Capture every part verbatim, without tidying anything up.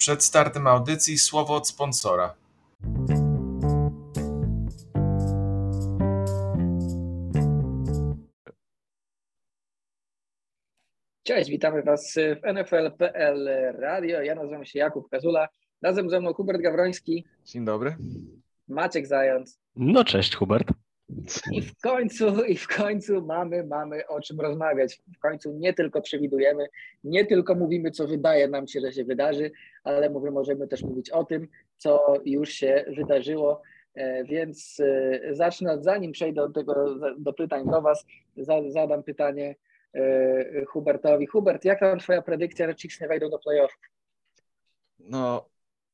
Przed startem audycji słowo od sponsora. Cześć, witamy Was w N F L kropka P L Radio. Ja nazywam się Jakub Kazula. Razem ze mną Hubert Gawroński. Dzień dobry. Maciek Zając. No cześć, Hubert. I w końcu, i w końcu mamy, mamy o czym rozmawiać. W końcu nie tylko przewidujemy, nie tylko mówimy, co wydaje nam się, że się wydarzy, ale mówimy, możemy też mówić o tym, co już się wydarzyło. Więc zacznę, zanim przejdę do tego, do pytań do Was, zadam pytanie Hubertowi. Hubert, jak tam twoja predykcja, że Chiefs nie wejdą do playoffów? No...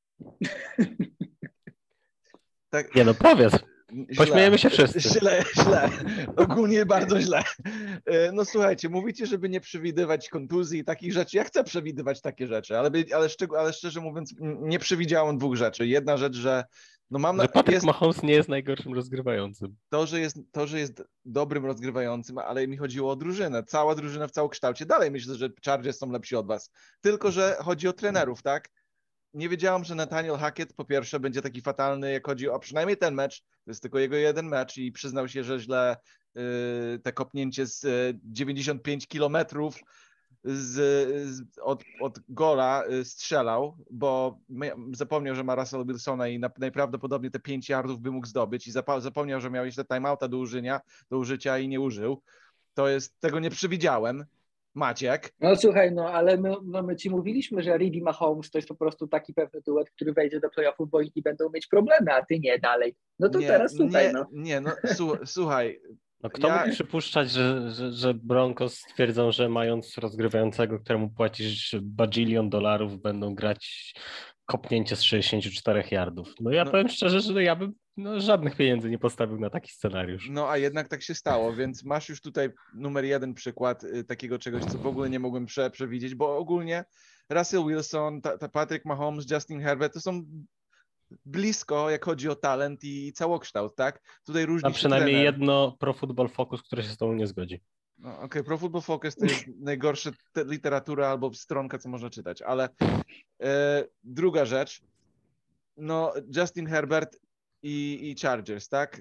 tak. Nie no, powiedz. Pośmiejemy się wszyscy. Źle, źle. Ogólnie bardzo źle. No słuchajcie, mówicie, żeby nie przewidywać kontuzji i takich rzeczy. Ja chcę przewidywać takie rzeczy, ale, ale, ale szczerze mówiąc nie przewidziałem dwóch rzeczy. Jedna rzecz, że no mam że na, Patrick jest, Mahomes nie jest najgorszym rozgrywającym. To że, jest, to, że jest dobrym rozgrywającym, ale mi chodziło o drużynę. Cała drużyna w całokształcie. Dalej myślę, że Chargers są lepsi od was. Tylko że chodzi o trenerów, tak? Nie wiedziałam, że Nathaniel Hackett po pierwsze będzie taki fatalny, jak chodzi o przynajmniej ten mecz. To jest tylko jego jeden mecz i przyznał się, że źle yy, te kopnięcie z yy, dziewięćdziesiąt pięć kilometrów z, z, od, od gola yy, strzelał, bo zapomniał, że ma Russell Wilsona i na, najprawdopodobniej te pięć yardów by mógł zdobyć i zapa- zapomniał, że miał jeszcze timeouta do użycia, do użycia i nie użył. To jest, tego nie przewidziałem. Maciek. No słuchaj, no ale my, no, my ci mówiliśmy, że Reed i Mahomes to jest po prostu taki pewny duet, który wejdzie do playoffów, bo inni będą mieć problemy, a ty nie dalej. No to nie, teraz słuchaj, nie, no. Nie, no słuchaj. No kto ja... mógł przypuszczać, że, że, że Broncos stwierdzą, że mając rozgrywającego, któremu płacisz bajillion dolarów, będą grać kopnięcie z sześćdziesięciu czterech yardów. No ja no, powiem szczerze, że ja bym no, żadnych pieniędzy nie postawił na taki scenariusz. No a jednak tak się stało, więc masz już tutaj numer jeden przykład y, takiego czegoś, co w ogóle nie mogłem prze, przewidzieć, bo ogólnie Russell Wilson, ta, ta Patrick Mahomes, Justin Herbert to są blisko, jak chodzi o talent i całokształt, tak? Tutaj różni A przynajmniej trener. jedno Pro Football Focus, które się z tobą nie zgodzi. No, Okej, okay. Pro Football Focus to jest najgorsza literatura albo stronka, co można czytać, ale e, druga rzecz, no Justin Herbert i, i Chargers, tak?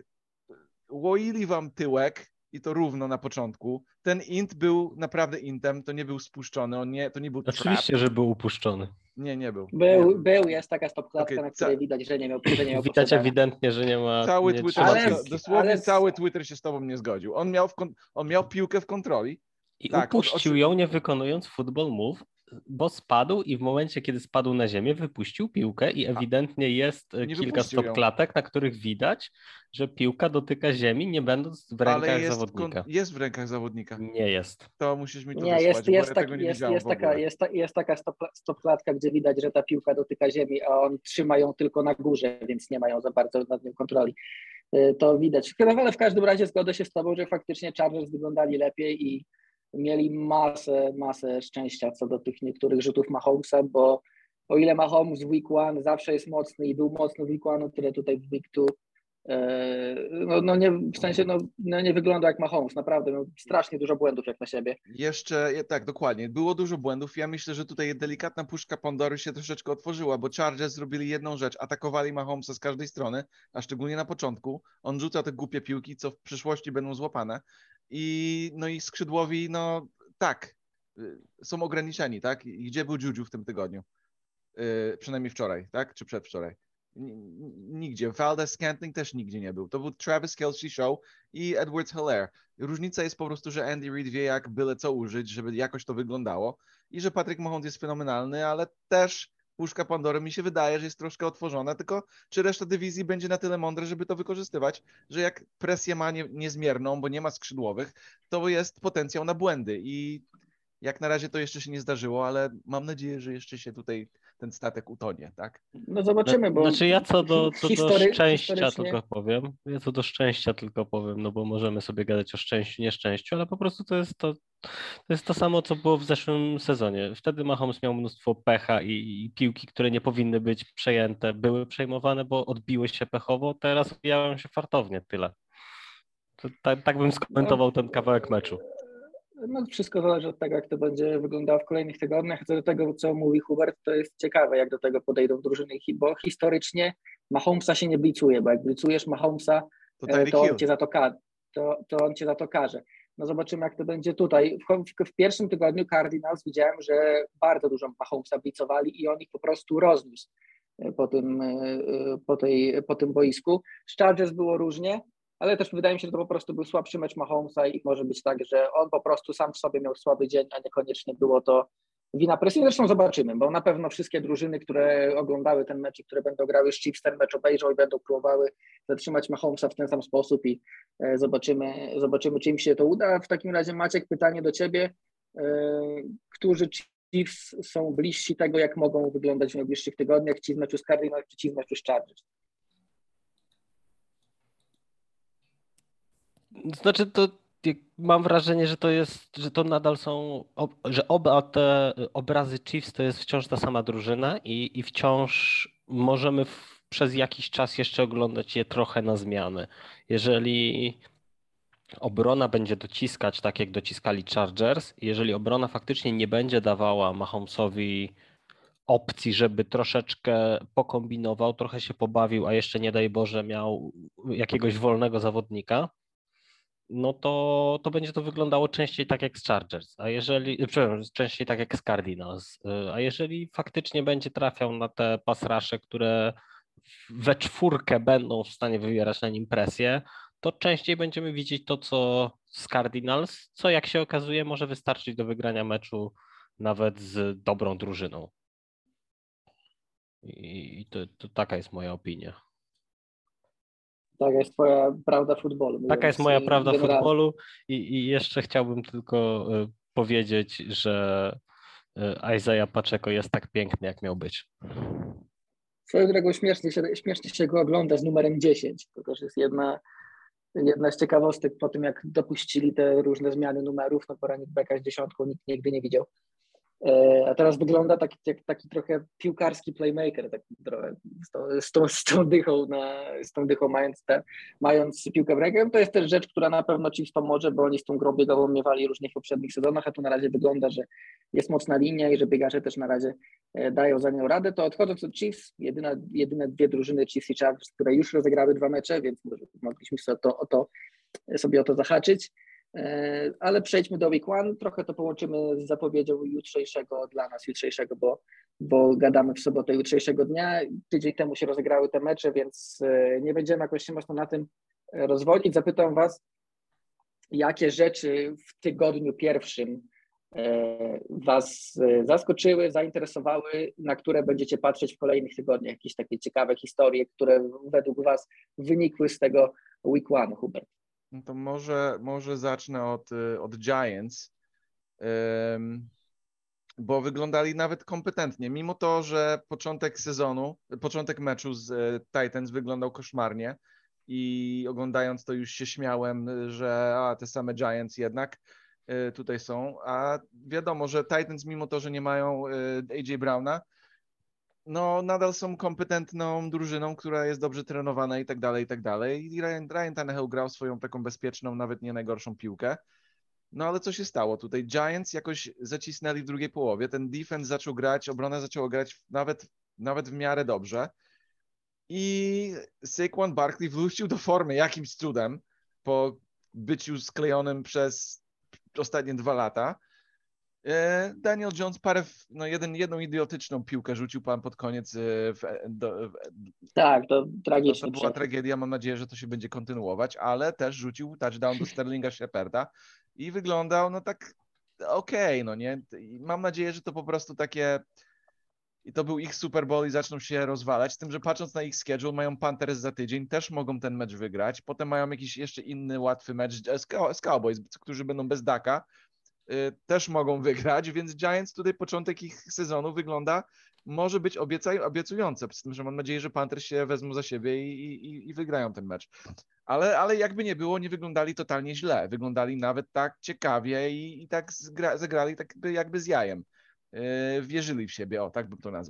Łoili wam tyłek i to równo na początku. Ten int był naprawdę intem, to nie był spuszczony, on nie, to nie był Oczywiście, trap. że był upuszczony. Nie, nie był. Był, nie był jest taka stopklatka, okay, na której ca... widać, że nie miał, że nie miał Widać ewidentnie, że nie ma... Cały nie Twitter, ale, się, dosłownie ale... cały Twitter się z tobą nie zgodził. On miał, w kon... on miał piłkę w kontroli. I tak, upuścił o, o... ją, nie wykonując football move, bo spadł i w momencie, kiedy spadł na ziemię, wypuścił piłkę i ewidentnie jest nie kilka stopklatek, na których widać, że piłka dotyka ziemi, nie będąc w rękach Ale jest zawodnika. Kon... jest w rękach zawodnika. Nie jest. To musisz mi to nie, wysłać, jest, bo jest, ja tak, tego nie jest, widziałem jest, w taka, ogóle. jest, ta, jest taka stop, stopklatka, gdzie widać, że ta piłka dotyka ziemi, a oni trzymają tylko na górze, więc nie mają za bardzo nad nią kontroli. To widać. Ale w każdym razie zgodzę się z tobą, że faktycznie Chargers wyglądali lepiej i mieli masę, masę szczęścia co do tych niektórych rzutów Mahomesa, bo o ile Mahomes w week one zawsze jest mocny i był mocny w week one, o tyle tutaj w week two no, no nie, w sensie no, no nie wygląda jak Mahomes, naprawdę, no, strasznie dużo błędów jak na siebie. Jeszcze, tak, dokładnie, było dużo błędów. Ja myślę, że tutaj delikatna puszka Pandory się troszeczkę otworzyła, bo Chargers zrobili jedną rzecz, atakowali Mahomesa z każdej strony, a szczególnie na początku. On rzuca te głupie piłki, co w przyszłości będą złapane. I no i skrzydłowi, no tak, są ograniczeni, tak? I gdzie był Juju w tym tygodniu? Yy, przynajmniej wczoraj, tak? Czy przedwczoraj? Nigdzie. Valdez-Scantling też nigdzie nie był. To był Travis Kelce Show i Edwards-Helaire. Różnica jest po prostu, że Andy Reid wie, jak byle co użyć, żeby jakoś to wyglądało i że Patrick Mahomes jest fenomenalny, ale też puszka Pandory mi się wydaje, że jest troszkę otworzona, tylko czy reszta dywizji będzie na tyle mądra, żeby to wykorzystywać, że jak presję ma nie, niezmierną, bo nie ma skrzydłowych, to jest potencjał na błędy i jak na razie to jeszcze się nie zdarzyło, ale mam nadzieję, że jeszcze się tutaj ten statek utonie, tak? No zobaczymy, bo... Znaczy ja co do, co history, do szczęścia historycznie... tylko powiem, ja co do szczęścia tylko powiem, no bo możemy sobie gadać o szczęściu, nieszczęściu, ale po prostu to jest to, to jest to samo, co było w zeszłym sezonie. Wtedy Mahomes miał mnóstwo pecha i, i piłki, które nie powinny być przejęte, były przejmowane, bo odbiły się pechowo, teraz odbijają się fartownie, tyle. To, tak, tak bym skomentował ten kawałek meczu. No, wszystko zależy od tego, jak to będzie wyglądało w kolejnych tygodniach. Co do tego, co mówi Hubert, to jest ciekawe, jak do tego podejdą drużyny, bo historycznie Mahomesa się nie blicuje, bo jak blicujesz Mahomesa, To, to, to, on cię za to, ka- to, to on cię za to karze. No zobaczymy, jak to będzie tutaj. W, w, w pierwszym tygodniu Cardinals widziałem, że bardzo dużo Mahomesa blicowali i on ich po prostu rozniósł po tym, po tej, po tym boisku. Z Chargers było różnie, ale też wydaje mi się, że to po prostu był słabszy mecz Mahomesa i może być tak, że on po prostu sam w sobie miał słaby dzień, a niekoniecznie było to wina presji. Zresztą zobaczymy, bo na pewno wszystkie drużyny, które oglądały ten mecz i które będą grały z Chiefs, ten mecz obejrzą i będą próbowały zatrzymać Mahomesa w ten sam sposób i zobaczymy, zobaczymy, czy im się to uda. W takim razie, Maciek, pytanie do ciebie. Którzy Chiefs są bliżsi tego, jak mogą wyglądać w najbliższych tygodniach? Ci w meczu z Cardinals, czy ci w meczu z Chargers? Znaczy to mam wrażenie, że to jest, że to nadal są, że oba te obrazy Chiefs to jest wciąż ta sama drużyna i, i wciąż możemy w, przez jakiś czas jeszcze oglądać je trochę na zmiany. Jeżeli obrona będzie dociskać tak, jak dociskali Chargers, jeżeli obrona faktycznie nie będzie dawała Mahomesowi opcji, żeby troszeczkę pokombinował, trochę się pobawił, a jeszcze nie daj Boże miał jakiegoś wolnego zawodnika, no to, to będzie to wyglądało częściej tak jak z Chargers, a jeżeli, przepraszam, częściej tak jak z Cardinals, a jeżeli faktycznie będzie trafiał na te pass rushe, które we czwórkę będą w stanie wywierać na nim presję, to częściej będziemy widzieć to, co z Cardinals, co jak się okazuje może wystarczyć do wygrania meczu nawet z dobrą drużyną. I to, to taka jest moja opinia. Taka jest twoja prawda futbolu. Taka jest moja prawda generalnie. futbolu i, i jeszcze chciałbym tylko y, powiedzieć, że y, Isaiah Pacheco jest tak piękny, jak miał być. Swoją drogą śmiesznie się, śmiesznie się go ogląda z numerem dziesięć. To też jest jedna, jedna z ciekawostek po tym, jak dopuścili te różne zmiany numerów, no bo running backa z dziesiątką nikt nigdy nie widział. A teraz wygląda taki, taki, taki trochę piłkarski playmaker, taki trochę z tą, z tą, z tą dychą, na, z tą dychą mając, te, mając piłkę w rękę. To jest też rzecz, która na pewno Chiefs pomoże, bo oni z tą grą biegową miewali różnych poprzednich sezonach, a tu na razie wygląda, że jest mocna linia i że biegacze też na razie dają za nią radę. To odchodząc od Chiefs, jedyna, jedyne dwie drużyny Chiefs i Chargers, które już rozegrały dwa mecze, więc mogliśmy sobie o to, o to, sobie o to zahaczyć. Ale przejdźmy do week one, trochę to połączymy z zapowiedzią jutrzejszego dla nas, jutrzejszego, bo, bo gadamy w sobotę jutrzejszego dnia. Tydzień temu się rozegrały te mecze, więc nie będziemy jakoś się mocno na tym rozwodzić. Zapytam was, jakie rzeczy w tygodniu pierwszym was zaskoczyły, zainteresowały, na które będziecie patrzeć w kolejnych tygodniach, jakieś takie ciekawe historie, które według was wynikły z tego week one, Hubert? No to może, może zacznę od, od Giants, um, bo wyglądali nawet kompetentnie, mimo to, że początek sezonu, początek meczu z Titans wyglądał koszmarnie i oglądając to już się śmiałem, że a, te same Giants jednak y, tutaj są, a wiadomo, że Titans mimo to, że nie mają y, A J Browna, no nadal są kompetentną drużyną, która jest dobrze trenowana i tak dalej, i tak dalej. I Ryan, Ryan Tannehill grał swoją taką bezpieczną, nawet nie najgorszą piłkę. No ale co się stało tutaj? Giants jakoś zacisnęli w drugiej połowie, ten defense zaczął grać, obrona zaczęła grać nawet, nawet w miarę dobrze i Saquon Barkley wrócił do formy jakimś cudem po byciu sklejonym przez ostatnie dwa lata. Daniel Jones parę, no jeden, jedną idiotyczną piłkę rzucił pan pod koniec. W, do, w, tak, to tragicznie. To, to była tragedia, mam nadzieję, że to się będzie kontynuować, ale też rzucił touchdown do Sterlinga Sheparda i wyglądał no tak okej, okay, no nie? I mam nadzieję, że to po prostu takie i to był ich Super Bowl i zaczną się rozwalać, z tym, że patrząc na ich schedule, mają Panthers za tydzień, też mogą ten mecz wygrać, potem mają jakiś jeszcze inny łatwy mecz z Cowboys, którzy będą bez Daka, też mogą wygrać, więc Giants tutaj początek ich sezonu wygląda, może być obiecaj, obiecujące, z tym, że mam nadzieję, że Panthers się wezmą za siebie i, i, i wygrają ten mecz. Ale, ale jakby nie było, nie wyglądali totalnie źle, wyglądali nawet tak ciekawie i, i tak zgra, zagrali tak jakby, jakby z jajem. Yy, wierzyli w siebie, o tak bym to nazwał.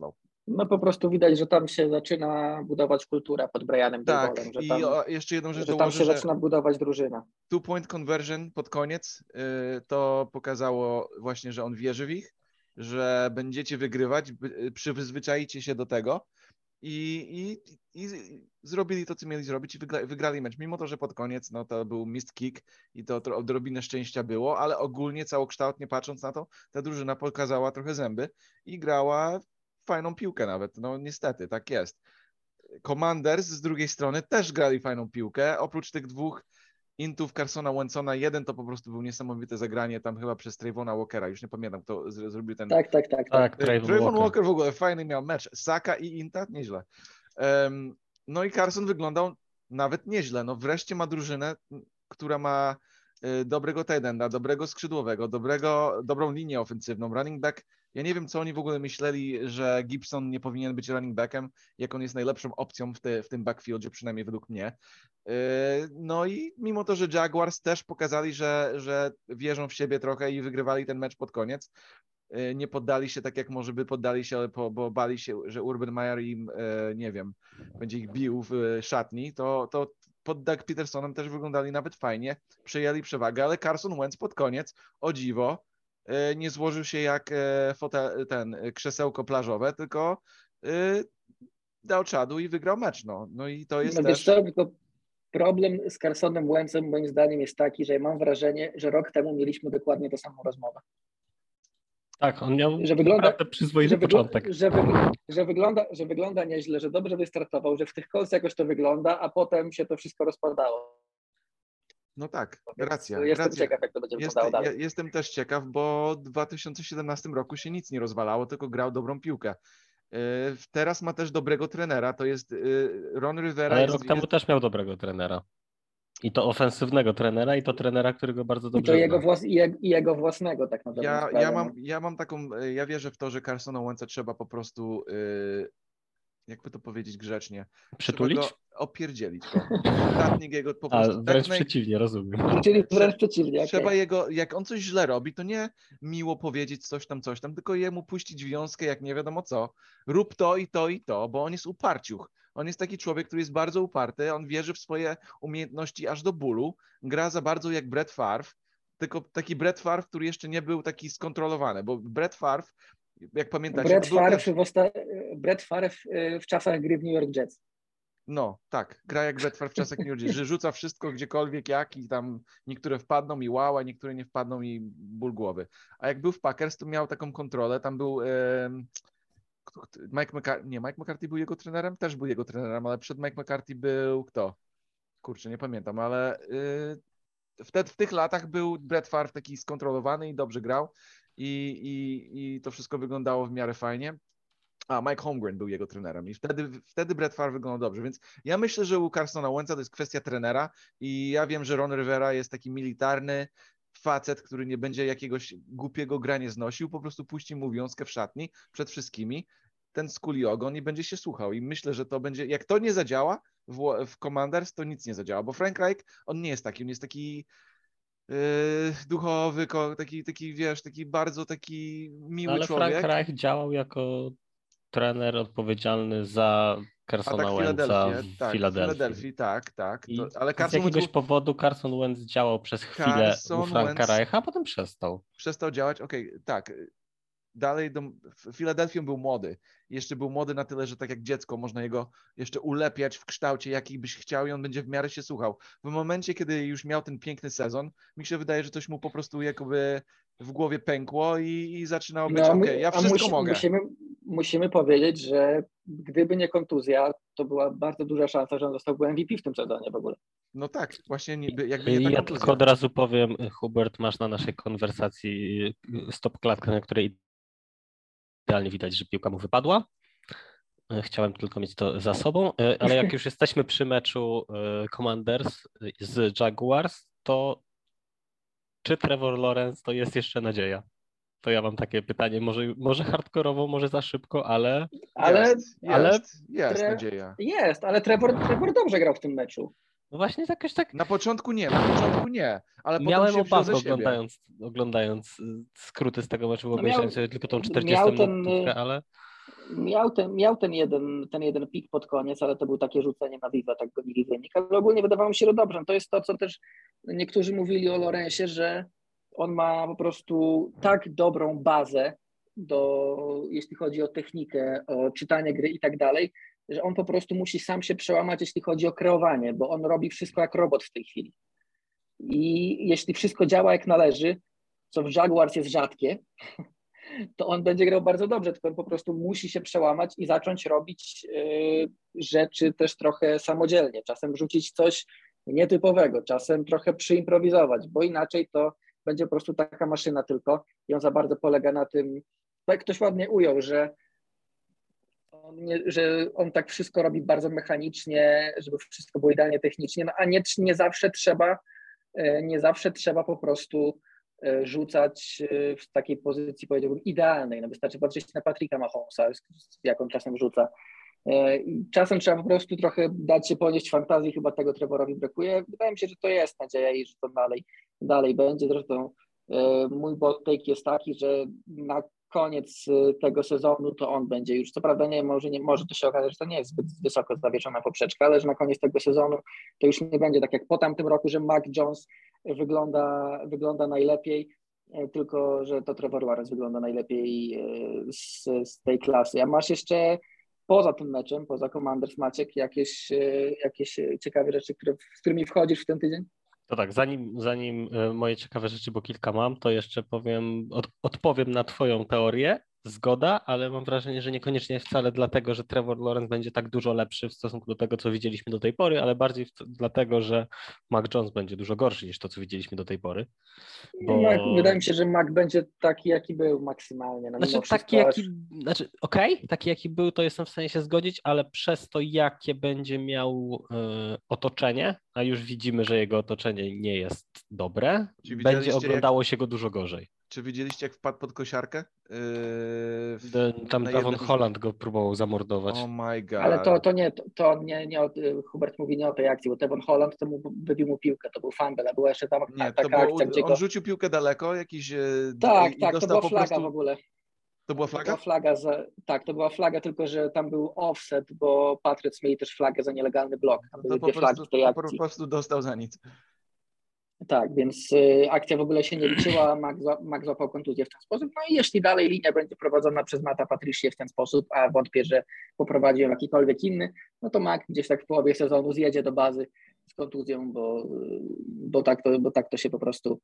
No po prostu widać, że tam się zaczyna budować kultura pod Brianem Tak, Dabolem, że i tam, o, jeszcze jedną rzecz że tam dołożę, się że zaczyna budować drużyna. two-point conversion pod koniec, y, to pokazało właśnie, że on wierzy w ich, że będziecie wygrywać, by- przyzwyczaicie się do tego i, i, i zrobili to, co mieli zrobić i wygra, wygrali mecz. Mimo to, że pod koniec no, to był missed kick i to tro- odrobinę szczęścia było, ale ogólnie całokształtnie patrząc na to, ta drużyna pokazała trochę zęby i grała fajną piłkę nawet. No niestety, tak jest. Commanders z drugiej strony też grali fajną piłkę, oprócz tych dwóch intów Carsona Wentzona, jeden to po prostu był niesamowite zagranie tam chyba przez Trayvona Walkera, już nie pamiętam kto z- zrobił ten... Tak, tak, tak. tak. Tak, Y, Trayvon Trayvon Walker. Walker w ogóle fajny miał mecz, Saka i inta, nieźle. Um, no i Carson wyglądał nawet nieźle, no wreszcie ma drużynę, która ma y, dobrego tight enda, dobrego skrzydłowego, dobrego, dobrą linię ofensywną, running back. Ja nie wiem, co oni w ogóle myśleli, że Gibson nie powinien być running backiem, jak on jest najlepszą opcją w, te, w tym backfieldzie, przynajmniej według mnie. Yy, No i mimo to, że Jaguars też pokazali, że, że wierzą w siebie trochę i wygrywali ten mecz pod koniec, yy, nie poddali się tak, jak może by poddali się, bo, bo bali się, że Urban Meyer im, yy, nie wiem, będzie ich bił w yy, szatni, to, to pod Doug Petersonem też wyglądali nawet fajnie, przejęli przewagę, ale Carson Wentz pod koniec, o dziwo, yy, nie złożył się jak yy, fotel, ten yy, krzesełko plażowe, tylko yy, dał czadu i wygrał mecz. No, no i to jest No wiesz też... co, tylko problem z Carsonem Wentzem moim zdaniem jest taki, że mam wrażenie, że rok temu mieliśmy dokładnie tę samą rozmowę. Tak, on miał Że wygląda, naprawdę przyzwoity że, wygl- początek. że, wygl- że, wygląda, że wygląda nieźle, że dobrze wystartował, że w tych Colts jakoś to wygląda, a potem się to wszystko rozpadało. No tak, Więc racja. Jestem racja. ciekaw, jak to będzie Jest, wyglądało ja, dalej. jestem też ciekaw, bo w dwa tysiące siedemnastym roku się nic nie rozwalało, tylko grał dobrą piłkę. Yy, Teraz ma też dobrego trenera, to jest yy, Ron Rivera. Ale jest, rok temu jest, też miał dobrego trenera. I to ofensywnego trenera, i to trenera, którego bardzo I to dobrze jego, zna. włas- i jego, i jego własnego tak naprawdę. ja, ja, mam, ja mam taką, yy, ja wierzę w to, że Carsona Wentza trzeba po prostu, yy, jakby to powiedzieć grzecznie, Przytulić? trzeba go opierdzielić go. Szatnik jego po A prostu. wręcz tak naj- przeciwnie, rozumiem. Czyli wręcz Trze- przeciwnie. Trzeba Okay. jego, jak on coś źle robi, to nie miło powiedzieć coś tam, coś tam, tylko jemu puścić wiązkę, jak nie wiadomo co. Rób to i to i to, bo on jest uparciuch. On jest taki człowiek, który jest bardzo uparty, on wierzy w swoje umiejętności aż do bólu, gra za bardzo jak Brett Favre, tylko taki Brett Favre, który jeszcze nie był taki skontrolowany, bo Brett Favre, jak pamiętacie, Brett to był Favre, też... w, osta- Brett Favre w, w czasach gry w New York Jets. No, tak, gra jak Brett Favre w czasach New York, że rzuca wszystko gdziekolwiek, jak i tam niektóre wpadną i wow, a niektóre nie wpadną i ból głowy. A jak był w Packers, to miał taką kontrolę, tam był e, Mike McCarthy, nie, Mike McCarthy był jego trenerem? Też był jego trenerem, ale przed Mike McCarthy był kto? Kurczę, nie pamiętam, ale y, wtedy w tych latach był Brett Favre taki skontrolowany i dobrze grał i, i, i to wszystko wyglądało w miarę fajnie. A, Mike Holmgren był jego trenerem i wtedy, wtedy Brett Favre wyglądał dobrze, więc ja myślę, że u Carsona Wentza to jest kwestia trenera i ja wiem, że Ron Rivera jest taki militarny facet, który nie będzie jakiegoś głupiego grania znosił, po prostu puści mu wiązkę w szatni przed wszystkimi, ten skuli ogon i będzie się słuchał i myślę, że to będzie, jak to nie zadziała w, w Commanders, to nic nie zadziała, bo Frank Reich, on nie jest taki, on jest taki yy, duchowy, taki, taki, wiesz, taki bardzo taki miły Ale człowiek. Frank Reich działał jako trener odpowiedzialny za Carsona tak, Wentza Filadelfię, w tak, Filadelfii. Filadelfii, tak, tak. I To, ale z Carson jakiegoś Wentz był, powodu Carson Wentz działał przez chwilę Carson u Franka Wentz- Reicha, a potem przestał. przestał działać, okej, tak. Dalej do, w Filadelfią był młody. Jeszcze był młody na tyle, że tak jak dziecko, można jego jeszcze ulepiać w kształcie, jaki byś chciał i on będzie w miarę się słuchał. W momencie, kiedy już miał ten piękny sezon, mi się wydaje, że coś mu po prostu jakby w głowie pękło i, i zaczynało być, No, okej, okay, ja a wszystko musi, mogę. Musimy, musimy powiedzieć, że gdyby nie kontuzja, to była bardzo duża szansa, że on zostałby M V P w tym sezonie w ogóle. No tak, właśnie niby, jakby nie ta Ja kontuzja. tylko od razu powiem, Hubert, masz na naszej konwersacji stop klatkę, na której idealnie widać, że piłka mu wypadła. Chciałem tylko mieć to za sobą, ale jak już jesteśmy przy meczu Commanders z Jaguars, to czy Trevor Lawrence to jest jeszcze nadzieja? To ja mam takie pytanie, może, może hardkorowo, może za szybko, ale... Ale jest, ale- jest, jest Tre- nadzieja. jest, ale Trevor, Trevor dobrze grał w tym meczu. No właśnie jakoś tak Na początku nie, na początku nie, ale miałem potem się wziął obawy za siebie. oglądając, oglądając skróty z tego meczu, bo No obejrzałem miał- sobie tylko tą miał czterdziestą ten, minutkę, ale... Miał ten, miał ten jeden, ten jeden pik pod koniec, ale to był takie rzucenie na Viva, tak gonili wynik, ale ogólnie wydawało mi się, że dobrze. To jest to, co też niektórzy mówili o Lorenzie, że on ma po prostu tak dobrą bazę, do, jeśli chodzi o technikę, o czytanie gry i tak dalej, że on po prostu musi sam się przełamać, jeśli chodzi o kreowanie, bo on robi wszystko jak robot w tej chwili. I jeśli wszystko działa jak należy, co w Jaguars jest rzadkie, to on będzie grał bardzo dobrze, tylko on po prostu musi się przełamać i zacząć robić y, rzeczy też trochę samodzielnie. Czasem wrzucić coś nietypowego, czasem trochę przyimprowizować, bo inaczej to będzie po prostu taka maszyna tylko i on za bardzo polega na tym, tak ktoś ładnie ujął, że on, nie, że on tak wszystko robi bardzo mechanicznie, żeby wszystko było idealnie technicznie, no a nie, nie zawsze trzeba, nie zawsze trzeba po prostu rzucać w takiej pozycji, powiedziałbym, idealnej. No wystarczy patrzeć na Patricka Mahomesa, jak on czasem rzuca. Czasem trzeba po prostu trochę dać się ponieść fantazji, chyba tego Trevorowi brakuje. Wydaje mi się, że to jest nadzieja i że to dalej, dalej będzie. Zresztą mój bold take jest taki, że na koniec tego sezonu to on będzie już, co prawda nie, może, nie, może to się okazać, że to nie jest zbyt wysoko zawieszona poprzeczka, ale że na koniec tego sezonu to już nie będzie tak jak po tamtym roku, że Mac Jones wygląda, wygląda najlepiej, tylko że to Trevor Lawrence wygląda najlepiej z, z tej klasy. A masz jeszcze poza tym meczem, poza Commanders, Maciek, jakieś, jakieś ciekawe rzeczy, które, z którymi wchodzisz w ten tydzień? To tak, zanim, zanim moje ciekawe rzeczy, bo kilka mam, to jeszcze powiem, od, odpowiem na twoją teorię, zgoda, ale mam wrażenie, że niekoniecznie wcale dlatego, że Trevor Lawrence będzie tak dużo lepszy w stosunku do tego, co widzieliśmy do tej pory, ale bardziej w, dlatego, że Mac Jones będzie dużo gorszy niż to, co widzieliśmy do tej pory. Bo... Mac, wydaje mi się, że Mac będzie taki, jaki był maksymalnie. No, znaczy, taki, jaki, znaczy okej, okay, taki jaki był, to jestem w stanie się zgodzić, ale przez to, jakie będzie miał y, otoczenie, a już widzimy, że jego otoczenie nie jest dobre, będzie oglądało jak... się go dużo gorzej. Czy widzieliście, jak wpadł pod kosiarkę? Yy, The, tam Davon Holland go próbował zamordować. Oh my god. Ale to, to nie, to, to nie, nie o, Hubert mówi nie o tej akcji, bo Davon Holland to mu wybił mu piłkę, to był fumble, a była jeszcze tam nie, taka to było, akcja, gdzie on go... rzucił piłkę daleko, jakiś... Tak, i tak, to była po flaga prostu... w ogóle. To była flaga? To była flaga za, tak, to była flaga, tylko że tam był offset, bo Patriots mieli też flagę za nielegalny blok. Tam to były po dwie prostu, flagi w tej to akcji. po prostu dostał za nic. Tak, więc y, akcja w ogóle się nie liczyła, Mac, zła, Mac złapał kontuzję w ten sposób, no i jeśli dalej linia będzie prowadzona przez Matta Patricia w ten sposób, a wątpię, że poprowadzi ją jakikolwiek inny, no to Mac gdzieś tak w połowie sezonu zjedzie do bazy z kontuzją, bo, bo, tak, to, bo tak to się po prostu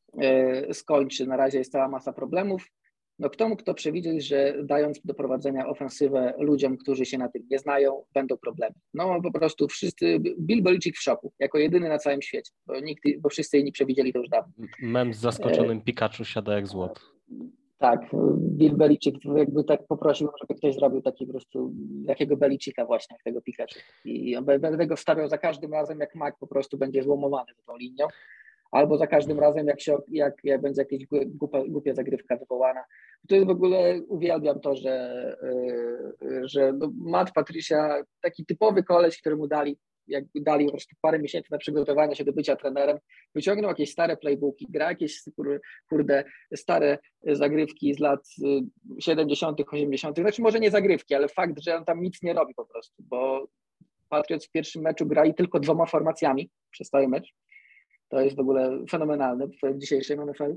y, skończy. Na razie jest cała masa problemów. No kto mógł to przewidzieć, że dając do prowadzenia ofensywę ludziom, którzy się na tym nie znają, będą problemy. No po prostu wszyscy, Bill Belichick w szoku, jako jedyny na całym świecie, bo, nikt, bo wszyscy inni przewidzieli to już dawno. Mem z zaskoczonym e... Pikachu siada jak złoto. Tak, Bill Belichick jakby tak poprosił, żeby ktoś zrobił taki po prostu, takiego Belichicka właśnie, jak tego Pikachu. I on będę go wstawiał za każdym razem, jak Mac po prostu będzie złomowany za tą linią. Albo za każdym razem, jak, się, jak, jak będzie jakaś głupia, głupia zagrywka wywołana. To jest w ogóle, uwielbiam to, że, yy, że no Matt Patricia, taki typowy koleś, któremu dali, jak dali po prostu parę miesięcy na przygotowanie się do bycia trenerem, wyciągnął jakieś stare playbooki, gra jakieś kurde stare zagrywki z lat siedemdziesiątych, osiemdziesiątych, znaczy może nie zagrywki, ale fakt, że on tam nic nie robi po prostu, bo Patriots w pierwszym meczu grali tylko dwoma formacjami przez cały mecz. To jest w ogóle fenomenalne w dzisiejszym N F L.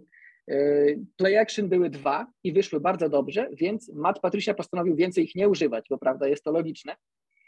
Play action były dwa i wyszły bardzo dobrze, więc Matt Patricia postanowił więcej ich nie używać, bo prawda, jest to logiczne.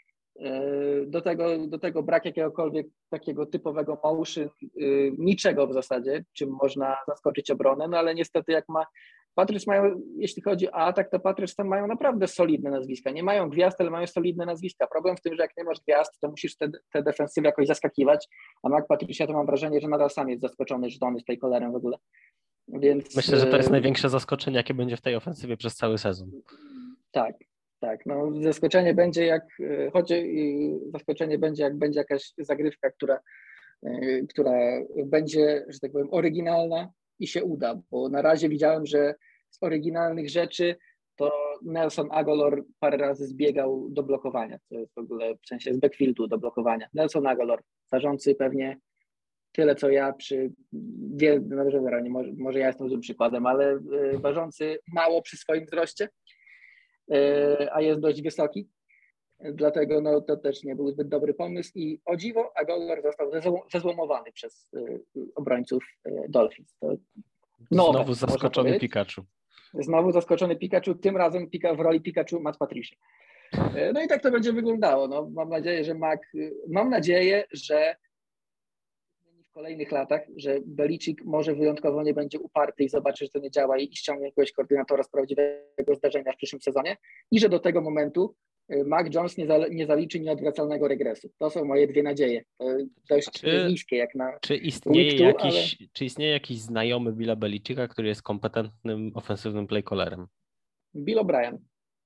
Do tego, do tego brak jakiegokolwiek takiego typowego motion, niczego w zasadzie, czym można zaskoczyć obronę, no ale niestety jak ma Patriots mają, jeśli chodzi o atak, to Patriots tam mają naprawdę solidne nazwiska. Nie mają gwiazd, ale mają solidne nazwiska. Problem w tym, że jak nie masz gwiazd, to musisz te, te defensywy jakoś zaskakiwać, a Mac Patricia to mam wrażenie, że nadal sam jest zaskoczony, że on jest tej kolerem w ogóle. Więc, myślę, że to jest największe zaskoczenie, jakie będzie w tej ofensywie przez cały sezon. Tak, tak. No, zaskoczenie będzie jak, choć zaskoczenie będzie jak będzie jakaś zagrywka, która, która będzie, że tak powiem, oryginalna i się uda, bo na razie widziałem, że z oryginalnych rzeczy to Nelson Agholor parę razy zbiegał do blokowania, to jest w ogóle w sensie z backfieldu do blokowania. Nelson Agholor, zarządcy pewnie tyle co ja przy, wie, no może, może ja jestem złym przykładem, ale ważący mało przy swoim wzroście. a jest dość wysoki. Dlatego no, to też nie był zbyt dobry pomysł i o dziwo Agholor został zezłomowany przez obrońców Dolphins. To nowe, Znowu zaskoczony Pikachu. Znowu zaskoczony Pikachu, tym razem pika w roli Pikachu Matt Patricia. No i tak to będzie wyglądało. No, mam nadzieję, że Mac, mam nadzieję, że w kolejnych latach, że Belichick może wyjątkowo nie będzie uparty i zobaczy, że to nie działa i ściągnie jakiegoś koordynatora z prawdziwego zdarzenia w przyszłym sezonie i że do tego momentu Mac Jones nie, za, nie zaliczy nieodwracalnego regresu. To są moje dwie nadzieje. Dość czy, niskie jak na czy istnieje, two, jakiś, ale... czy istnieje jakiś znajomy Billa Belichicka, który jest kompetentnym ofensywnym playcallerem? Bill O'Brien.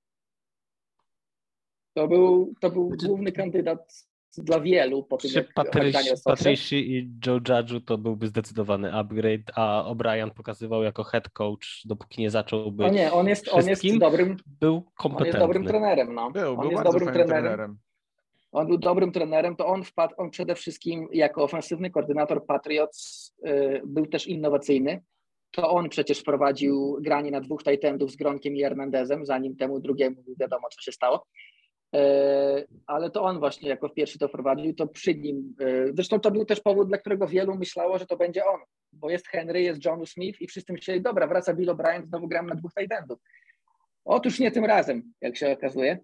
To był, to był główny kandydat dla wielu po tym, Przy jak Patricia i Joe Judge'u to byłby zdecydowany upgrade, a O'Brien pokazywał jako head coach, dopóki nie zaczął być o nie, on jest, on jest dobrym, był kompetentny. on jest dobrym trenerem. No. Był, on był jest bardzo dobrym fajnym trenerem. trenerem. On był dobrym trenerem, to on wpadł, on przede wszystkim jako ofensywny koordynator Patriots yy, był też innowacyjny. To on przecież wprowadził granie na dwóch tight endów z Gronkiem i Hernandezem, zanim temu drugiemu wiadomo, co się stało. Ale to on właśnie jako pierwszy to wprowadził, to przy nim, zresztą to był też powód, dla którego wielu myślało, że to będzie on, bo jest Henry, jest John Smith i wszyscy myśleli, dobra, wraca Bill O'Brien, znowu gram na dwóch tight endów. Otóż nie tym razem, jak się okazuje,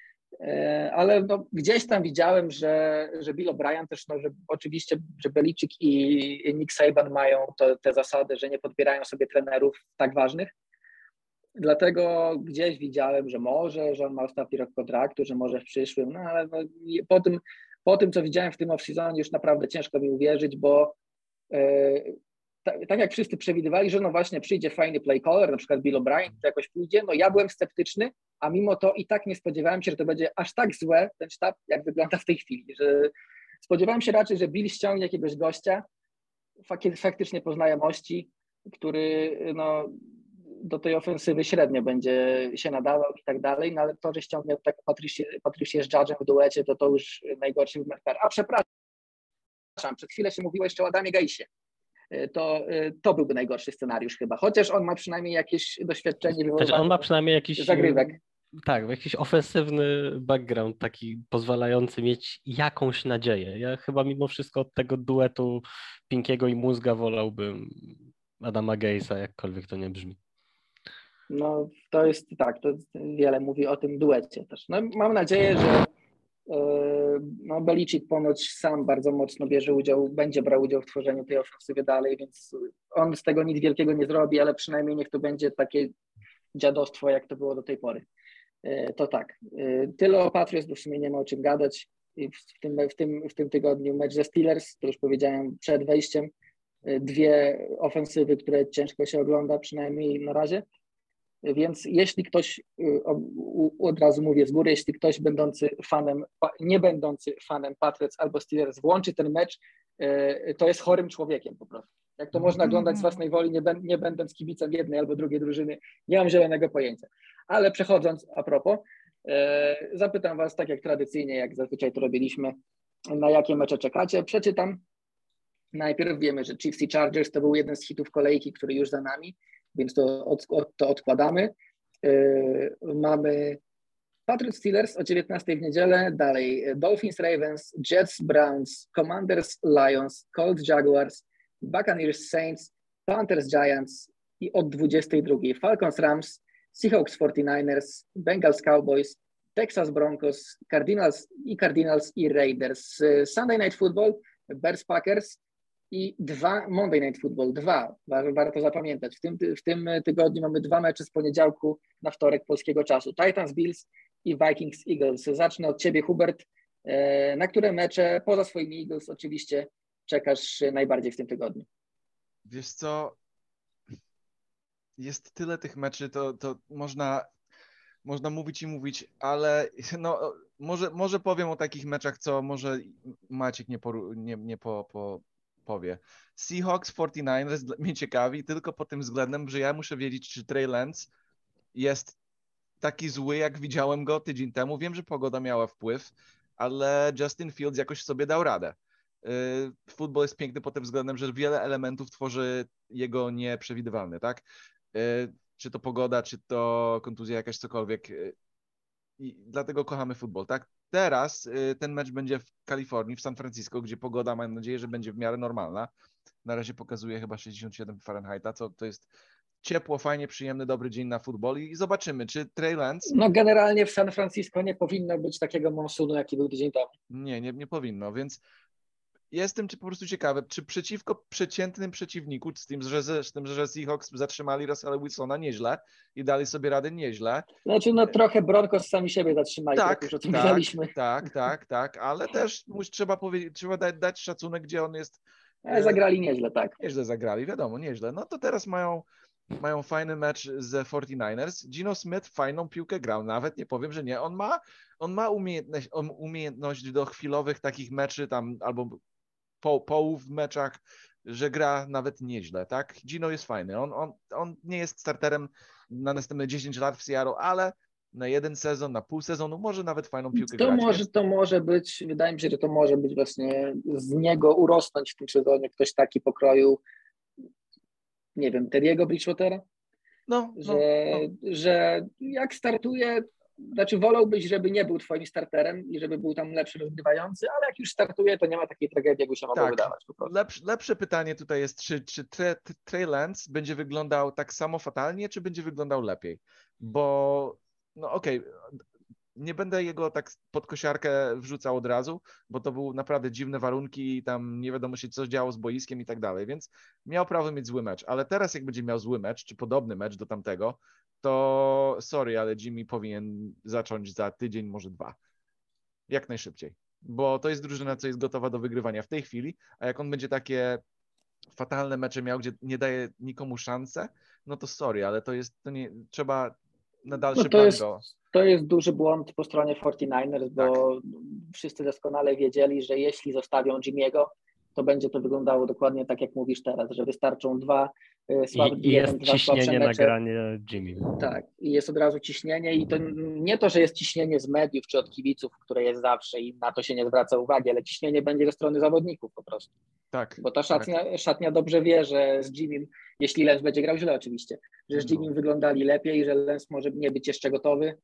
ale no, gdzieś tam widziałem, że, że Bill O'Brien też, no, że oczywiście, że Belichick i Nick Saban mają to, te zasady, że nie podbierają sobie trenerów tak ważnych. Dlatego gdzieś widziałem, że może, że on ma ostatni rok kontraktu, że może w przyszłym, no ale no, po, tym, po tym, co widziałem w tym off-seasonie, już naprawdę ciężko mi uwierzyć, bo yy, tak, tak jak wszyscy przewidywali, że no właśnie przyjdzie fajny play caller, na przykład Bill O'Brien, to jakoś pójdzie, no ja byłem sceptyczny, a mimo to i tak nie spodziewałem się, że to będzie aż tak złe, ten sztab, jak wygląda w tej chwili, że spodziewałem się raczej, że Bill ściągnie jakiegoś gościa, faktycznie po znajomości, który no do tej ofensywy średnio będzie się nadawał i tak dalej, no ale to, że ściągnie tak Patricia z Judge'em w duecie, to to już najgorszy w Mercer. A przepraszam, przed chwilą się mówiło jeszcze o Adamie Gaisie. To, to byłby najgorszy scenariusz chyba, chociaż on ma przynajmniej jakieś doświadczenie. Znaczy on ma przynajmniej jakiś zagrywek. Tak, jakiś ofensywny background taki pozwalający mieć jakąś nadzieję. Ja chyba mimo wszystko od tego duetu Pinkiego i Mózga wolałbym Adama Gaisa, jakkolwiek to nie brzmi. No to jest tak, to wiele mówi o tym duecie też. No, mam nadzieję, że no, Belichick ponoć sam bardzo mocno bierze udział, będzie brał udział w tworzeniu tej ofensywy dalej, więc on z tego nic wielkiego nie zrobi, ale przynajmniej niech to będzie takie dziadostwo, jak to było do tej pory. To tak, tyle o Patriots, bo w sumie nie ma o czym gadać. W tym, w tym, w tym tygodniu mecz ze Steelers, to już powiedziałem przed wejściem, dwie ofensywy, które ciężko się ogląda, przynajmniej na razie. Więc jeśli ktoś, od razu mówię z góry, jeśli ktoś będący fanem, nie będący fanem Patriots albo Steelers włączy ten mecz, to jest chorym człowiekiem po prostu. Jak to można oglądać z własnej woli, nie, nie będąc kibicem jednej albo drugiej drużyny, nie mam zielonego pojęcia. Ale przechodząc a propos, zapytam was, tak jak tradycyjnie, jak zazwyczaj to robiliśmy, na jakie mecze czekacie. Przeczytam. Najpierw wiemy, że Chiefs i Chargers to był jeden z hitów kolejki, który już za nami, więc to, od, od, to odkładamy. Yy, mamy Patriots Steelers o dziewiętnastej w niedzielę, dalej Dolphins Ravens, Jets Browns, Commanders Lions, Colts Jaguars, Buccaneers Saints, Panthers Giants i od dwudziestej drugiej Falcons Rams, Seahawks forty-niners, Bengals Cowboys, Texas Broncos, Cardinals i Cardinals i Raiders. Sunday Night Football, Bears Packers i dwa Monday Night Football, dwa, warto zapamiętać. W tym, w tym tygodniu mamy dwa mecze z poniedziałku na wtorek polskiego czasu. Titans Bills i Vikings Eagles. Zacznę od ciebie, Hubert. Na które mecze poza swoimi Eagles oczywiście czekasz najbardziej w tym tygodniu? Wiesz co, jest tyle tych meczy, to, to można, można mówić i mówić, ale no, może, może powiem o takich meczach, co może Maciek nie, poru, nie, nie po, po, powie. Seahawks forty-niners mnie ciekawi tylko pod tym względem, że ja muszę wiedzieć, czy Trey Lance jest taki zły, jak widziałem go tydzień temu. Wiem, że pogoda miała wpływ, ale Justin Fields jakoś sobie dał radę. Futbol jest piękny pod tym względem, że wiele elementów tworzy jego nieprzewidywalny, tak? Czy to pogoda, czy to kontuzja jakaś, cokolwiek. i dlatego kochamy futbol, tak? Teraz y, ten mecz będzie w Kalifornii, w San Francisco, gdzie pogoda, mam nadzieję, że będzie w miarę normalna. Na razie pokazuje chyba sześćdziesiąt siedem Fahrenheita, co to jest ciepło, fajnie, przyjemny, dobry dzień na futbol i zobaczymy, czy Trey Lance... No generalnie w San Francisco nie powinno być takiego monsunu, jaki był tydzień temu. Nie, nie, nie powinno, więc jestem czy po prostu ciekawy, czy przeciwko przeciętnym przeciwniku, z tym, że, z tym, że Seahawks zatrzymali Russella Wilsona nieźle i dali sobie radę nieźle. Znaczy no trochę Broncos sami siebie zatrzymali, Tak, jak już o tym tak, mówiliśmy. tak, tak, tak, ale też muś, trzeba powiedzieć, trzeba dać, dać szacunek, gdzie on jest. Ale zagrali nieźle, tak. Nieźle zagrali, wiadomo, nieźle. No to teraz mają, mają fajny mecz z forty-niners. Gino Smith fajną piłkę grał, nawet nie powiem, że nie. On ma, on ma umiejętność, on umiejętność do chwilowych takich meczy tam albo po, połów w meczach, że gra nawet nieźle, tak? Gino jest fajny. On, on, on nie jest starterem na następne dziesięć lat w Seattle, ale na jeden sezon, na pół sezonu może nawet fajną piłkę To grać. może, to może być, wydaje mi się, że to może być właśnie z niego urosnąć w tym sezonie ktoś taki pokroju, nie wiem, Terry'ego Bridgewatera, No, że, no, no. że jak startuje, znaczy wolałbyś, żeby nie był twoim starterem i żeby był tam lepszy rozgrywający, ale jak już startuje, to nie ma takiej tragedii, jakby się mogło Tak. wydawać po prostu. Lepsze, lepsze pytanie tutaj jest, czy, czy Trey, Trey Lance będzie wyglądał tak samo fatalnie, czy będzie wyglądał lepiej? Bo, no okej, okay, nie będę jego tak pod kosiarkę wrzucał od razu, bo to były naprawdę dziwne warunki i tam nie wiadomo się, co działo z boiskiem i tak dalej, więc miał prawo mieć zły mecz, ale teraz jak będzie miał zły mecz, czy podobny mecz do tamtego, to sorry, ale Jimmy powinien zacząć za tydzień, może dwa. Jak najszybciej. Bo to jest drużyna, co jest gotowa do wygrywania w tej chwili, a jak on będzie takie fatalne mecze miał, gdzie nie daje nikomu szansę, no to sorry, ale to jest, to nie, trzeba na dalszy No to plan jest, go. to jest duży błąd po stronie forty-niners, bo tak. Wszyscy doskonale wiedzieli, że jeśli zostawią Jimmy'ego, to będzie to wyglądało dokładnie tak, jak mówisz teraz, że wystarczą dwa słabe, I, i jeden, jest dwa ciśnienie mecze. na granie Jimmy. Tak, i jest od razu ciśnienie i to nie to, że jest ciśnienie z mediów czy od kibiców, które jest zawsze i na to się nie zwraca uwagi, ale ciśnienie będzie ze strony zawodników po prostu. Tak. Bo ta szatnia, tak. szatnia dobrze wie, że z Jimmym, jeśli Lens będzie grał źle oczywiście, że z Jimmym no. wyglądali lepiej, że Lens może nie być jeszcze gotowy,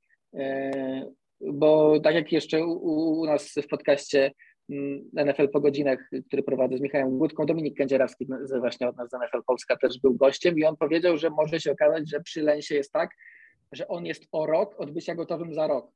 bo tak jak jeszcze u, u nas w podcaście N F L po godzinach, który prowadzę z Michałem Głódką, Dominik Kędzierawski właśnie od nas z N F L Polska też był gościem i on powiedział, że może się okazać, że przy Lensie jest tak, że on jest o rok od bycia gotowym za rok.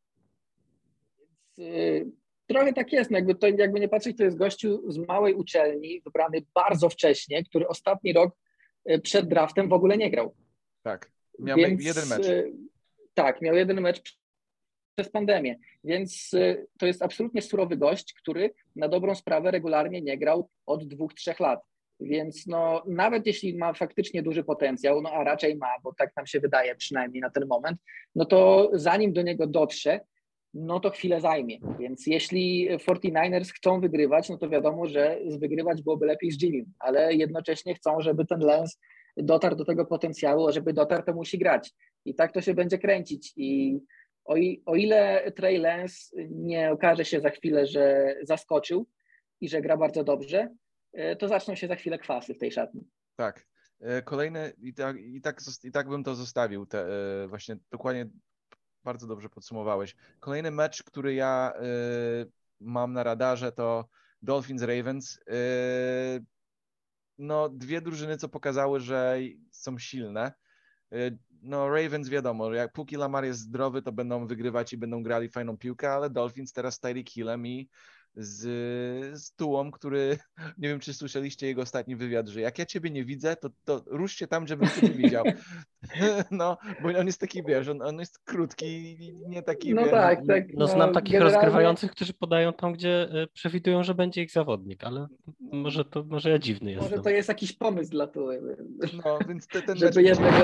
Więc yy, trochę tak jest, no jakby, to, jakby nie patrzeć, to jest gościu z małej uczelni, wybrany bardzo wcześnie, który ostatni rok yy, przed draftem w ogóle nie grał. Tak, miał Więc, jeden mecz. Yy, tak, miał jeden mecz przez pandemię, więc y, to jest absolutnie surowy gość, który na dobrą sprawę regularnie nie grał od dwóch, trzech lat, więc no nawet jeśli ma faktycznie duży potencjał, no a raczej ma, bo tak nam się wydaje przynajmniej na ten moment, no to zanim do niego dotrze, no to chwilę zajmie, więc jeśli forty-niners chcą wygrywać, no to wiadomo, że wygrywać byłoby lepiej z Jimmym, ale jednocześnie chcą, żeby ten Lens dotarł do tego potencjału, a żeby dotarł, to musi grać i tak to się będzie kręcić i O, i, o ile Trey Lance nie okaże się za chwilę, że zaskoczył i że gra bardzo dobrze, to zaczną się za chwilę kwasy w tej szatni. Tak. Kolejny, i tak, i tak, i tak bym to zostawił, te, właśnie dokładnie bardzo dobrze podsumowałeś. Kolejny mecz, który ja y, mam na radarze, to Dolphins-Ravens. Y, no, dwie drużyny, co pokazały, że są silne. Y, No Ravens wiadomo, jak póki Lamar jest zdrowy, to będą wygrywać i będą grali fajną piłkę, ale Dolphins teraz z Tyreek Hillem i z, z Tułą, który, nie wiem czy słyszeliście jego ostatni wywiad, że jak ja ciebie nie widzę, to, to ruszcie tam, żebym cię nie widział. No, bo on jest taki, wiesz, on, on jest krótki i nie taki, No wiesz, tak, tak. No znam no, takich generalnie... rozgrywających, którzy podają tam, gdzie przewidują, że będzie ich zawodnik, ale może to, może ja dziwny jestem. Może to jest jakiś pomysł dla Tuły. No, więc te, ten żeby mecz... jednego...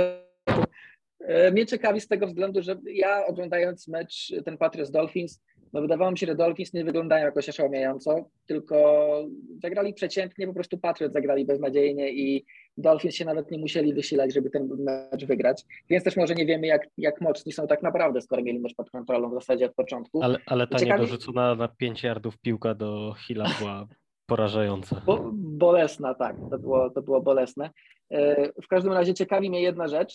Mnie ciekawi z tego względu, że ja oglądając mecz ten Patriots Dolphins, no wydawało mi się, że Dolphins nie wyglądają jakoś oszałamiająco, tylko zagrali przeciętnie, po prostu Patriots zagrali beznadziejnie i Dolphins się nawet nie musieli wysilać, żeby ten mecz wygrać, więc też może nie wiemy jak, jak mocni są tak naprawdę, skoro mieli mecz pod kontrolą w zasadzie od początku. Ale, ale ta ciekawi... niedorzucona na pięć yardów piłka do Hilla była porażająca. Bo, bolesna, tak, to było, to było bolesne. W każdym razie ciekawi mnie jedna rzecz,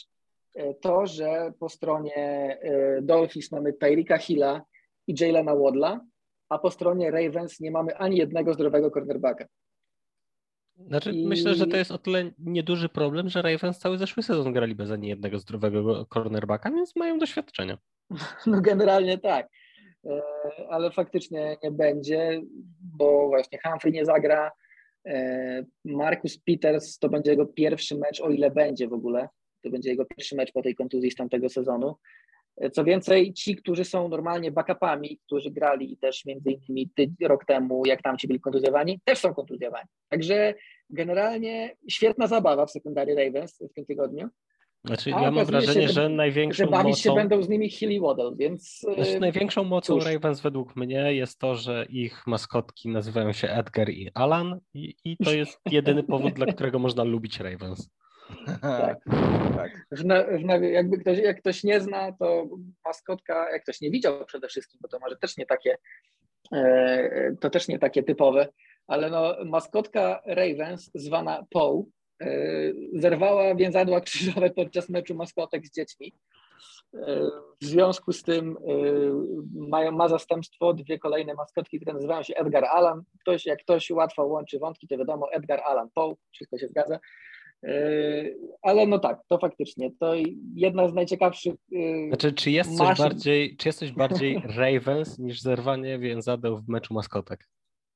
to, że po stronie Dolphins mamy Tyrika Hilla i Jalena Waddla, a po stronie Ravens nie mamy ani jednego zdrowego cornerbacka. Znaczy, I- myślę, że to jest o tyle nieduży problem, że Ravens cały zeszły sezon grali bez ani jednego zdrowego cornerbacka, więc mają doświadczenia. No generalnie tak, E, ale faktycznie nie będzie, bo właśnie Humphrey nie zagra, e, Marcus Peters to będzie jego pierwszy mecz, o ile będzie w ogóle, to będzie jego pierwszy mecz po tej kontuzji z tamtego sezonu. E, Co więcej, ci, którzy są normalnie backupami, którzy grali też między innymi ty, rok temu, jak tamci byli kontuzjowani, też są kontuzjowani. Także generalnie świetna zabawa w sekundary Ravens w tym tygodniu. Znaczy, A ja mam okazuje się, wrażenie, że- że że największą bawić się mocą... będą z nimi Hill i Waddle, więc Znaczy, e, największą mocą cóż. Ravens według mnie jest to, że ich maskotki nazywają się Edgar i Alan i, i to jest jedyny powód, dla którego można lubić Ravens. Tak. tak. w, na, w, na, jakby ktoś, jak ktoś nie zna, to maskotka, jak ktoś nie widział przede wszystkim, bo to może też nie takie, e, to też nie takie typowe, ale no, maskotka Ravens zwana Poe e, zerwała więzadła krzyżowe podczas meczu maskotek z dziećmi. E, W związku z tym e, mają, ma zastępstwo dwie kolejne maskotki, które nazywają się Edgar Allan. Ktoś, jak ktoś łatwo łączy wątki, to wiadomo, Edgar Allan Poe, wszystko się zgadza. Yy, Ale no tak, to faktycznie, to jedna z najciekawszych yy, Znaczy, czy jest coś maszyn. bardziej, czy jest coś bardziej Ravens niż zerwanie więzadeł w meczu maskotek?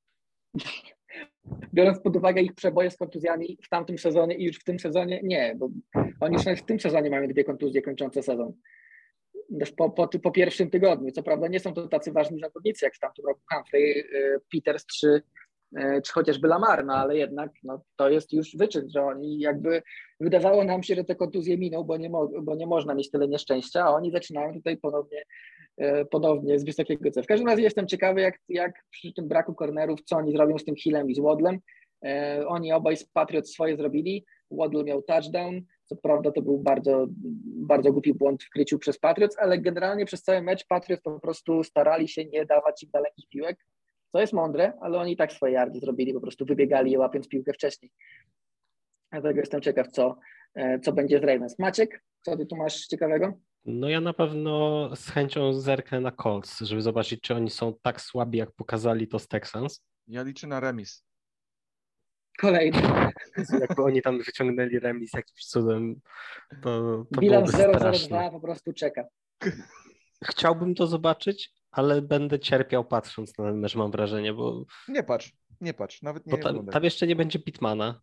Biorąc pod uwagę ich przeboje z kontuzjami w tamtym sezonie i już w tym sezonie, nie, bo oni już nawet w tym sezonie mają dwie kontuzje kończące sezon. Już po, po, po pierwszym tygodniu. Co prawda nie są to tacy ważni zawodnicy jak w tamtym roku Humphrey, yy, Peters czy, yy, czy chociażby Lamar, no ale jednak no, to jest już wyczyn, że oni jakby wydawało nam się, że te kontuzje miną, bo nie, mo, bo nie można mieć tyle nieszczęścia, a oni zaczynają tutaj ponownie yy, ponownie z wysokiego C. W każdym razie jestem ciekawy, jak, jak przy tym braku cornerów, co oni zrobią z tym Hillem i z Waddlem. Yy, oni obaj z Patriots swoje zrobili. Waddle miał touchdown. Co prawda to był bardzo, bardzo głupi błąd w kryciu przez Patriots, ale generalnie przez cały mecz Patriots po prostu starali się nie dawać im dalekich piłek, co jest mądre, ale oni i tak swoje yardy zrobili, po prostu wybiegali je łapiąc piłkę wcześniej. Dlatego jestem ciekaw, co, co będzie z Ravens. Maciek, co ty tu masz ciekawego? No ja na pewno z chęcią zerknę na Colts, żeby zobaczyć, czy oni są tak słabi, jak pokazali to z Texans. Ja liczę na remis. Kolejny. Jakby oni tam wyciągnęli remis jakimś cudem, to, to Bilans byłoby zero zero straszne. dwa po prostu czeka. Chciałbym to zobaczyć, ale będę cierpiał patrząc na ten mecz, mam wrażenie, bo, Nie patrz, nie patrz, nawet nie bo tam, oglądaj. tam jeszcze nie będzie Pittmana.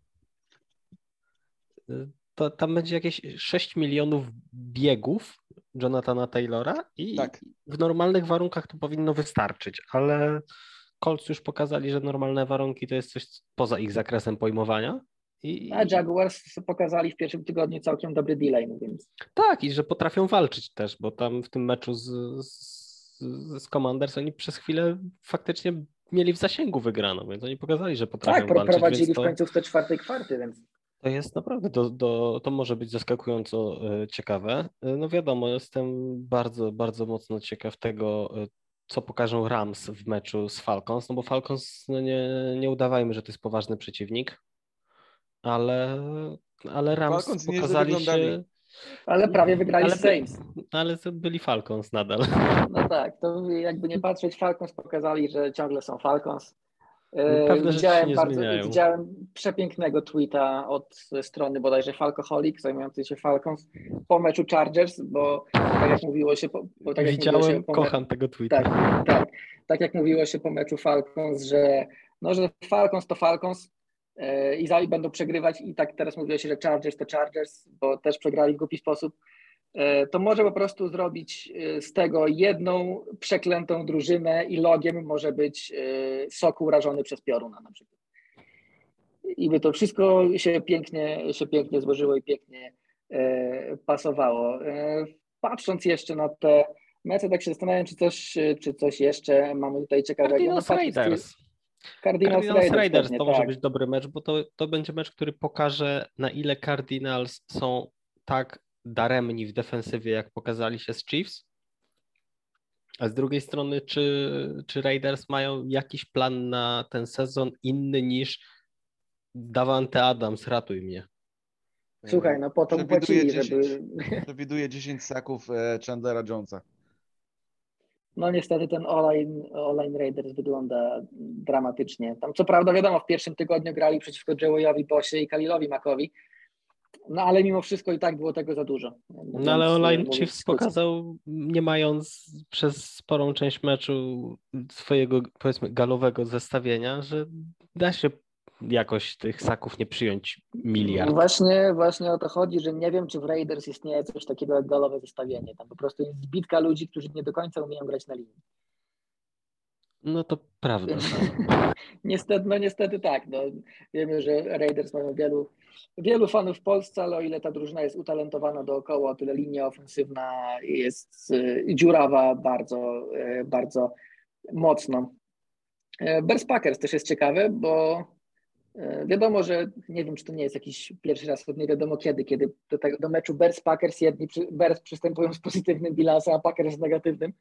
To, tam będzie jakieś sześć milionów biegów Jonathana Taylora i Tak. w normalnych warunkach to powinno wystarczyć, ale Colts już pokazali, że normalne warunki to jest coś poza ich zakresem pojmowania. I, A Jaguars pokazali w pierwszym tygodniu całkiem dobry delay, więc tak, i że potrafią walczyć też, bo tam w tym meczu z, z, z Commanders oni przez chwilę faktycznie mieli w zasięgu wygraną, więc oni pokazali, że potrafią tak, pro- walczyć. prowadzili więc w to, końcówce czwartej kwarty, więc to jest naprawdę, do, do, to może być zaskakująco e, ciekawe. E, No wiadomo, jestem bardzo, bardzo mocno ciekaw tego, e, co pokażą Rams w meczu z Falcons, no bo Falcons, no nie, nie udawajmy, że to jest poważny przeciwnik, ale, ale Rams Falcons nieźle pokazali wyglądali. się, ale prawie wygrali ale, z Saints. ale to byli Falcons nadal. No tak, to jakby nie patrzeć, Falcons pokazali, że ciągle są Falcons. E, Pewne rzeczy się widziałem nie bardzo, zmieniają. widziałem przepięknego tweeta od strony bodajże Falcoholic zajmującej się Falcons po meczu Chargers, bo tak jak mówiło się po, bo tak jak Widziałem, mówiło się po me- kocham tego tweeta. tak, tak, tak jak mówiło się po meczu Falcons, że no, że Falcons to Falcons e, i za- i będą przegrywać i tak teraz mówiło się, że Chargers to Chargers, bo też przegrali w głupi sposób. E, To może po prostu zrobić e, z tego jedną przeklętą drużynę i logiem może być e, sok urażony przez pioruna na przykład. I by to wszystko się pięknie, się pięknie złożyło i pięknie e, pasowało. E, Patrząc jeszcze na te mecze, tak się zastanawiam, czy coś, czy coś jeszcze mamy tutaj ciekawego. Cardinals No, patrząc, Raiders. Cardinals, Cardinals Raiders, Raiders pewnie, to może tak. być dobry mecz, bo to, to będzie mecz, który pokaże, na ile Cardinals są tak daremni w defensywie, jak pokazali się z Chiefs. A z drugiej strony, czy, czy Raiders mają jakiś plan na ten sezon inny niż Davante Adams, ratuj mnie. Słuchaj, no po to Przewiduję płacili, dziesięć, żeby... przewiduję dziesięć saków e, Chandlera Jonesa. No niestety ten All-in, All-in Raiders wygląda dramatycznie. Tam co prawda wiadomo, w pierwszym tygodniu grali przeciwko Joeyowi Bosie i Khalilowi Mackowi, no ale mimo wszystko i tak było tego za dużo. No ale Online mówiąc Chiefs w skrócie. pokazał, nie mając przez sporą część meczu swojego, powiedzmy, galowego zestawienia, że da się jakoś tych saków nie przyjąć miliard. Właśnie, właśnie o to chodzi, że nie wiem, czy w Raiders istnieje coś takiego jak galowe zestawienie. Tam po prostu jest zbitka ludzi, którzy nie do końca umieją grać na linii. No to prawda. Niestety, no niestety tak. No, wiemy, że Raiders mają wielu, wielu fanów w Polsce, ale o ile ta drużyna jest utalentowana dookoła, o tyle linia ofensywna jest y, dziurawa bardzo, y, bardzo mocno. Y, Bears Packers też jest ciekawe, bo y, wiadomo, że nie wiem, czy to nie jest jakiś pierwszy raz od nie wiadomo kiedy, kiedy do, tego, do meczu Bears Packers jedni przy, Bears przystępują z pozytywnym bilansem, a Packers z negatywnym.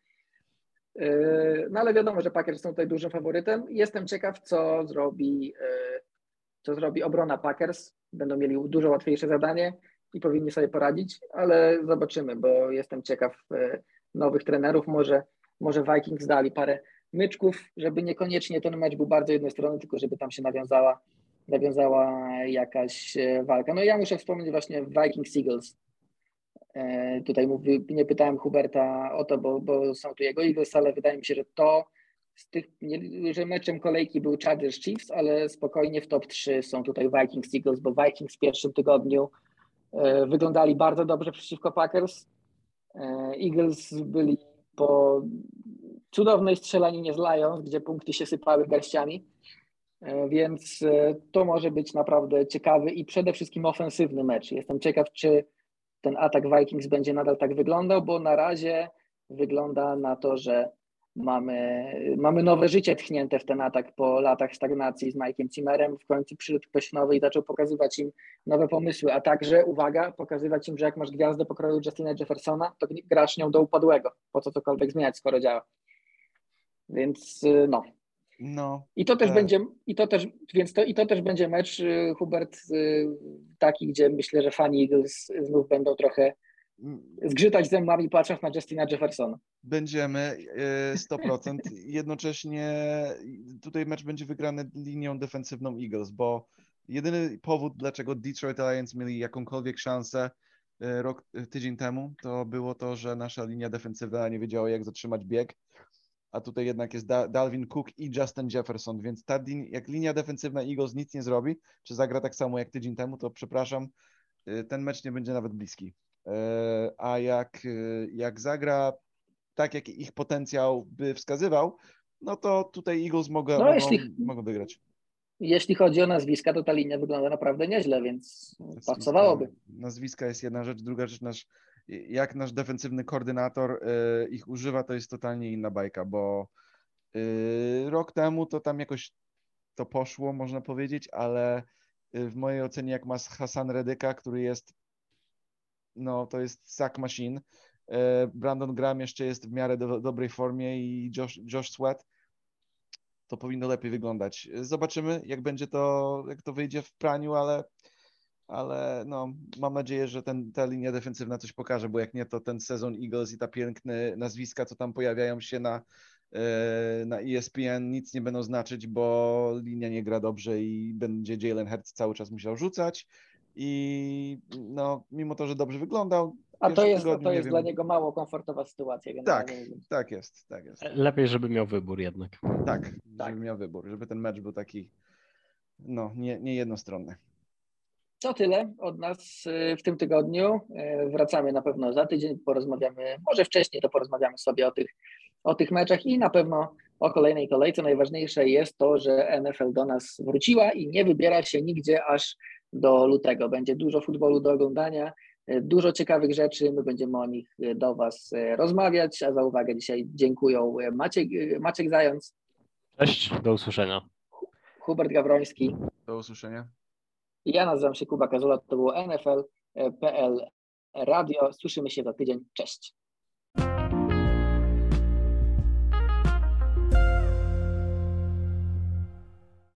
No ale wiadomo, że Packers są tutaj dużym faworytem. Jestem ciekaw, co zrobi, co zrobi obrona Packers. Będą mieli dużo łatwiejsze zadanie i powinni sobie poradzić, ale zobaczymy, bo jestem ciekaw nowych trenerów. Może, może Vikings dali parę myczków, żeby niekoniecznie ten mecz był bardzo jednostronny, tylko żeby tam się nawiązała, nawiązała jakaś walka. No ja muszę wspomnieć właśnie Vikings Eagles. Tutaj mówi, nie pytałem Huberta o to, bo, bo są tu jego Eagles, ale wydaje mi się, że to z tych, nie, że meczem kolejki był Chargers Chiefs, ale spokojnie w top trzy są tutaj Vikings Eagles, bo Vikings w pierwszym tygodniu e, wyglądali bardzo dobrze przeciwko Packers. E, Eagles byli po cudownej strzelaninie z Lions, gdzie punkty się sypały garściami, e, więc e, to może być naprawdę ciekawy i przede wszystkim ofensywny mecz. Jestem ciekaw, czy ten atak Vikings będzie nadal tak wyglądał, bo na razie wygląda na to, że mamy, mamy nowe życie tchnięte w ten atak po latach stagnacji z Mike'iem Zimmerem. W końcu przyszedł ktoś nowy i zaczął pokazywać im nowe pomysły, a także, uwaga, pokazywać im, że jak masz gwiazdę pokroju Justina Jeffersona, to grasz nią do upadłego. Po co cokolwiek zmieniać, skoro działa. Więc no. No, I to też tak. będzie, i to też, więc to, i to też będzie mecz, Hubert, taki, gdzie myślę, że fani Eagles znów będą trochę zgrzytać zębami, patrząc na Justina Jeffersona. Będziemy e, sto procent. Jednocześnie tutaj mecz będzie wygrany linią defensywną Eagles, bo jedyny powód, dlaczego Detroit Lions mieli jakąkolwiek szansę e, rok, tydzień temu, to było to, że nasza linia defensywna nie wiedziała, jak zatrzymać bieg, a tutaj jednak jest da- Dalvin Cook i Justin Jefferson, więc ta din- jak linia defensywna Eagles nic nie zrobi, czy zagra tak samo jak tydzień temu, to przepraszam, e, ten mecz nie będzie nawet bliski. E, a jak, e, jak zagra tak, jak ich potencjał by wskazywał, no to tutaj Eagles mogą, No, mogą, jeśli- mogą wygrać. Jeśli chodzi o nazwiska, to ta linia wygląda naprawdę nieźle, więc Nazwiska, pasowałoby. nazwiska jest jedna rzecz, druga rzecz, nasz, jak nasz defensywny koordynator y, ich używa, to jest totalnie inna bajka, bo y, rok temu to tam jakoś to poszło, można powiedzieć, ale y, w mojej ocenie jak masz Hassan Redyka, który jest no to jest sack machine, y, Brandon Graham jeszcze jest w miarę do, dobrej formie i Josh, Josh Sweat, to powinno lepiej wyglądać. Zobaczymy, jak będzie to, jak to wyjdzie w praniu, ale, ale no, mam nadzieję, że ten, ta linia defensywna coś pokaże, bo jak nie, to ten sezon Eagles i ta piękne nazwiska, co tam pojawiają się na, na E S P N, nic nie będą znaczyć, bo linia nie gra dobrze i będzie Jalen Hurts cały czas musiał rzucać i no, mimo to, że dobrze wyglądał, w A to pierwszym jest, a tygodniu, to nie jest wiem. dla niego mało komfortowa sytuacja. Tak, generalnie mówiąc. tak jest, tak jest. Lepiej, żeby miał wybór jednak. Tak, Tak. żeby miał wybór, żeby ten mecz był taki, no, nie, nie jednostronny. To tyle od nas y, w tym tygodniu. Y, Wracamy na pewno za tydzień, porozmawiamy, może wcześniej to porozmawiamy sobie o tych, o tych meczach i na pewno o kolejnej kolejce. Najważniejsze jest to, że N F L do nas wróciła i nie wybiera się nigdzie aż do lutego. Będzie dużo futbolu do oglądania, y, dużo ciekawych rzeczy. My będziemy o nich y, do Was y, rozmawiać, a za uwagę dzisiaj dziękuję Maciek, y, Maciek Zając, Cześć, do usłyszenia. Hubert Gawroński. Do usłyszenia. Ja nazywam się Kuba Kazula, to było N F L kropka P L Radio. Słyszymy się za tydzień. Cześć.